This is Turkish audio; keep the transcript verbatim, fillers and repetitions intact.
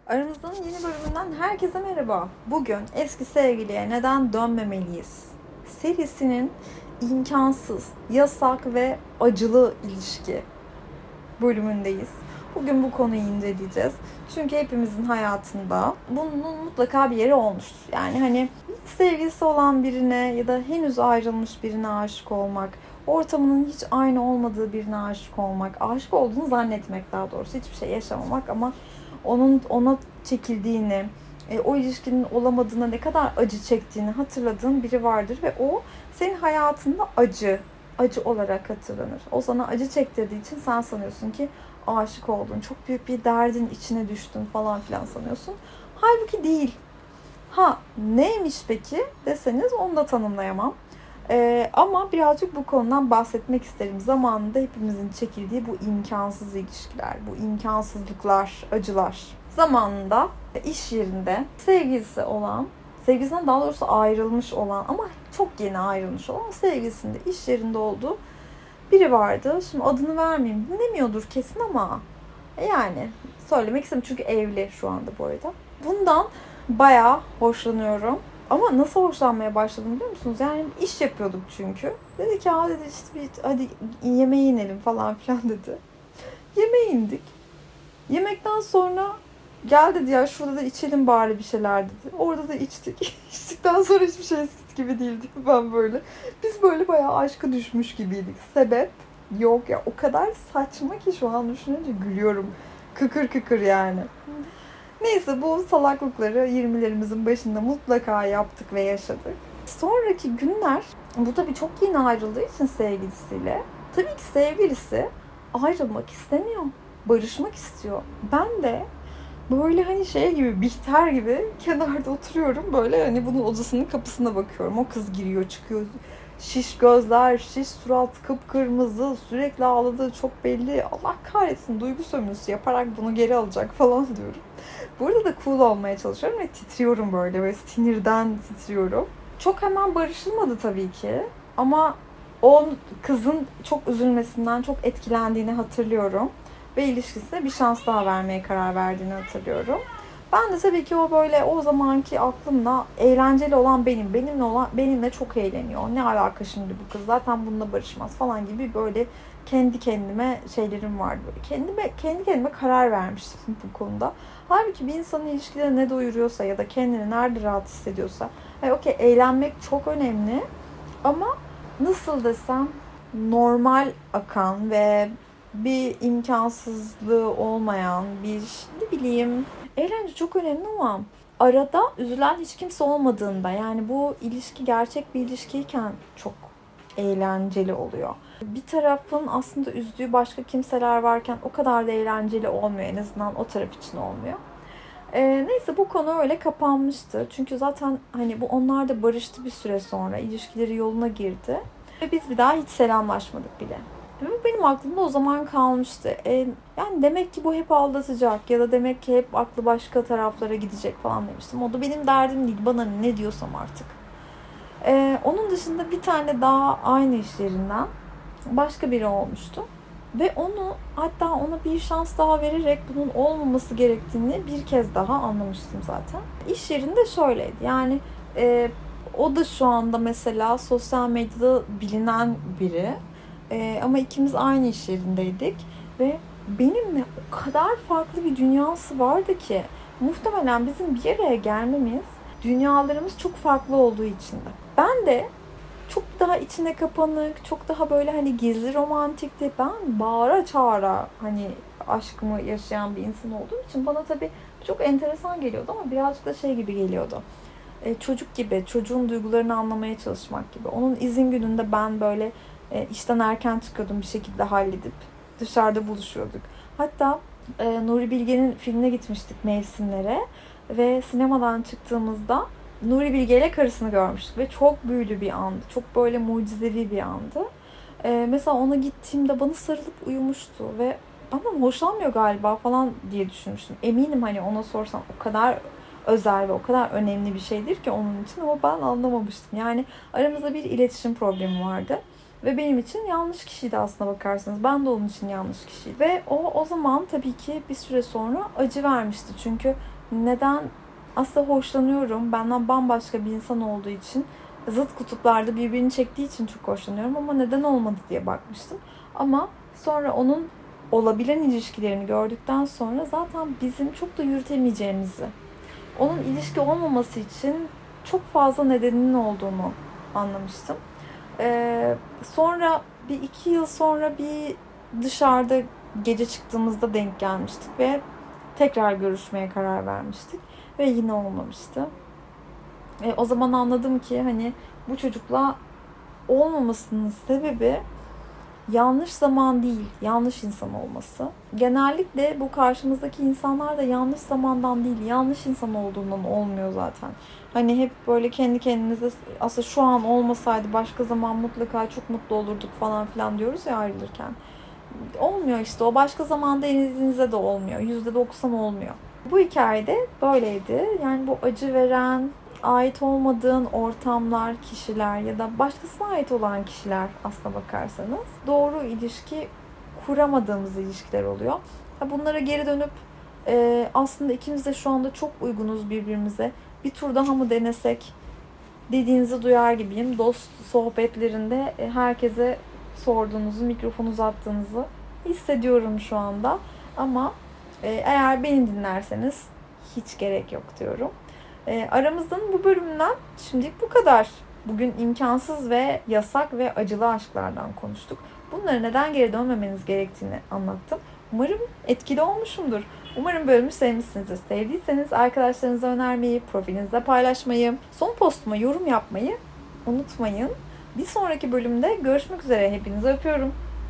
Aramızdan yeni bölümünden herkese merhaba. Bugün eski sevgiliye neden dönmemeliyiz serisinin imkansız, yasak ve acılı ilişki bölümündeyiz. Bugün bu konuyu inceleyeceğiz. Çünkü hepimizin hayatında bunun mutlaka bir yeri olmuştur. Yani hani sevgilisi olan birine ya da henüz ayrılmış birine aşık olmak, ortamının hiç aynı olmadığı birine aşık olmak, aşık olduğunu zannetmek daha doğrusu hiçbir şey yaşamamak ama onun ona çekildiğini, e, o ilişkinin olamadığına ne kadar acı çektiğini hatırladığın biri vardır ve o senin hayatında acı, acı olarak hatırlanır. O sana acı çektirdiği için sen sanıyorsun ki aşık oldun, çok büyük bir derdin içine düştün falan filan sanıyorsun. Halbuki değil. Ha neymiş peki deseniz onu da tanımlayamam. Ee, ama birazcık bu konudan bahsetmek isterim. Zamanında hepimizin çekildiği bu imkansız ilişkiler, bu imkansızlıklar, acılar. Zamanında iş yerinde sevgilisi olan, sevgilisinden daha doğrusu ayrılmış olan ama çok yeni ayrılmış olan sevgilisinde iş yerinde olduğu biri vardı. Şimdi adını vermeyeyim. Dinlemiyordur kesin ama yani söylemek istemiyorum çünkü evli şu anda bu arada. Bundan bayağı hoşlanıyorum. Ama nasıl hoşlanmaya başladım biliyor musunuz? Yani iş yapıyorduk çünkü. Dedi ki ha dedi işte bir, hadi yemeğe inelim falan filan dedi. Yemeğe indik. Yemekten sonra gel dedi ya şurada da içelim bari bir şeyler dedi. Orada da içtik. İçtikten sonra hiçbir şey eskisi gibi değildik. Ben böyle. Biz böyle bayağı aşka düşmüş gibiydik. Sebep yok ya. O kadar saçma ki şu an düşününce gülüyorum. Kıkır kıkır yani. Neyse bu salaklıkları yirmilerimizin başında mutlaka yaptık ve yaşadık. Sonraki günler, bu tabii çok yeni ayrıldığı için sevgilisiyle, tabii ki sevgilisi ayrılmak istemiyor, barışmak istiyor. Ben de böyle hani şey gibi, Bihter gibi kenarda oturuyorum böyle hani bunun odasının kapısına bakıyorum. O kız giriyor çıkıyor. Şiş gözler, şiş surat, kıpkırmızı, sürekli ağladığı çok belli. Allah kahretsin duygu sömürüsü yaparak bunu geri alacak falan diyorum. Burada da cool olmaya çalışıyorum ve titriyorum böyle ve sinirden titriyorum. Çok hemen barışılmadı tabii ki ama o kızın çok üzülmesinden çok etkilendiğini hatırlıyorum. Ve ilişkisine bir şans daha vermeye karar verdiğini hatırlıyorum. Ben de tabii ki o böyle o zamanki aklımla eğlenceli olan benim, benimle olan benimle çok eğleniyor. Ne alaka şimdi bu kız zaten bununla barışmaz falan gibi böyle kendi kendime şeylerim vardı böyle. Kendime kendi kendime karar vermiştim bu konuda. Halbuki bir insanın ilişkileri ne doyuruyorsa ya da kendini nerede rahat hissediyorsa, yani okey eğlenmek çok önemli ama nasıl desem normal akan ve bir imkansızlığı olmayan bir ne bileyim eğlence çok önemli ama arada üzülen hiç kimse olmadığında yani bu ilişki gerçek bir ilişkiyken çok eğlenceli oluyor. Bir tarafın aslında üzdüğü başka kimseler varken o kadar da eğlenceli olmuyor. En azından o taraf için olmuyor. Ee, neyse bu konu öyle kapanmıştı. Çünkü zaten hani bu onlar da barıştı bir süre sonra. İlişkileri yoluna girdi. Ve biz bir daha hiç selamlaşmadık bile. Ve benim aklımda o zaman kalmıştı. E, yani demek ki bu hep aldatacak ya da demek ki hep aklı başka taraflara gidecek falan demiştim. O da benim derdim değil. Bana ne diyorsam artık. Ee, onun dışında bir tane daha aynı iş yerinden başka biri olmuştu. Ve onu hatta ona bir şans daha vererek bunun olmaması gerektiğini bir kez daha anlamıştım zaten. İş yerinde şöyleydi yani e, o da şu anda mesela sosyal medyada bilinen biri. E, ama ikimiz aynı iş yerindeydik ve benimle o kadar farklı bir dünyası vardı ki muhtemelen bizim bir araya gelmemiz dünyalarımız çok farklı olduğu için de. Ben de çok daha içine kapanık, çok daha böyle hani gizli romantikti. Ben bağıra çağıra hani aşkımı yaşayan bir insan olduğum için bana tabii çok enteresan geliyordu ama birazcık da şey gibi geliyordu. E, çocuk gibi, çocuğun duygularını anlamaya çalışmak gibi. Onun izin gününde ben böyle e, işten erken çıkıyordum bir şekilde halledip dışarıda buluşuyorduk. Hatta e, Nuri Bilge'nin filmine gitmiştik mevsimlere ve sinemadan çıktığımızda Nuri Bilge ile karısını görmüştük ve çok büyülü bir andı. Çok böyle mucizevi bir andı. Ee, mesela ona gittiğimde bana sarılıp uyumuştu ve benden hoşlanmıyor galiba falan diye düşünmüştüm. Eminim hani ona sorsam o kadar özel ve o kadar önemli bir şeydir ki onun için ama ben anlamamıştım. Yani aramızda bir iletişim problemi vardı. Ve benim için yanlış kişiydi aslına bakarsanız. Ben de onun için yanlış kişiydim. Ve o o zaman tabii ki bir süre sonra acı vermişti. Çünkü neden aslında hoşlanıyorum. Benden bambaşka bir insan olduğu için, zıt kutuplarda birbirini çektiği için çok hoşlanıyorum ama neden olmadı diye bakmıştım. Ama sonra onun olabilen ilişkilerini gördükten sonra zaten bizim çok da yürütemeyeceğimizi, onun ilişki olmaması için çok fazla nedeninin olduğunu anlamıştım. Ee, sonra bir iki yıl sonra bir dışarıda gece çıktığımızda denk gelmiştik ve tekrar görüşmeye karar vermiştik ve yine olmamıştı. E, o zaman anladım ki hani bu çocukla olmamasının sebebi yanlış zaman değil, yanlış insan olması. Genellikle bu karşımızdaki insanlar da yanlış zamandan değil, yanlış insan olduğundan olmuyor zaten. Hani hep böyle kendi kendimize aslında şu an olmasaydı başka zaman mutlaka çok mutlu olurduk falan filan diyoruz ya ayrılırken. Olmuyor işte, o başka zamanda elinizde de olmuyor. yüzde doksan olmuyor. Bu hikayede böyleydi. Yani bu acı veren, ait olmadığın ortamlar, kişiler ya da başkasına ait olan kişiler aslına bakarsanız doğru ilişki kuramadığımız ilişkiler oluyor. Bunlara geri dönüp e, aslında ikimiz de şu anda çok uygunuz birbirimize. Bir tur daha mı denesek dediğinizi duyar gibiyim. Dost sohbetlerinde herkese sorduğunuzu, mikrofon uzattığınızı hissediyorum şu anda. Ama e, eğer beni dinlerseniz hiç gerek yok diyorum. E, aramızdan bu bölümden şimdilik bu kadar. Bugün imkansız ve yasak ve acılı aşklardan konuştuk. Bunları neden geri dönmemeniz gerektiğini anlattım. Umarım etkili olmuşumdur. Umarım bölümü sevmişsinizdir. Sevdiyseniz arkadaşlarınıza önermeyi, profilinizde paylaşmayı, son postuma yorum yapmayı unutmayın. Bir sonraki bölümde görüşmek üzere. Hepinizi öpüyorum.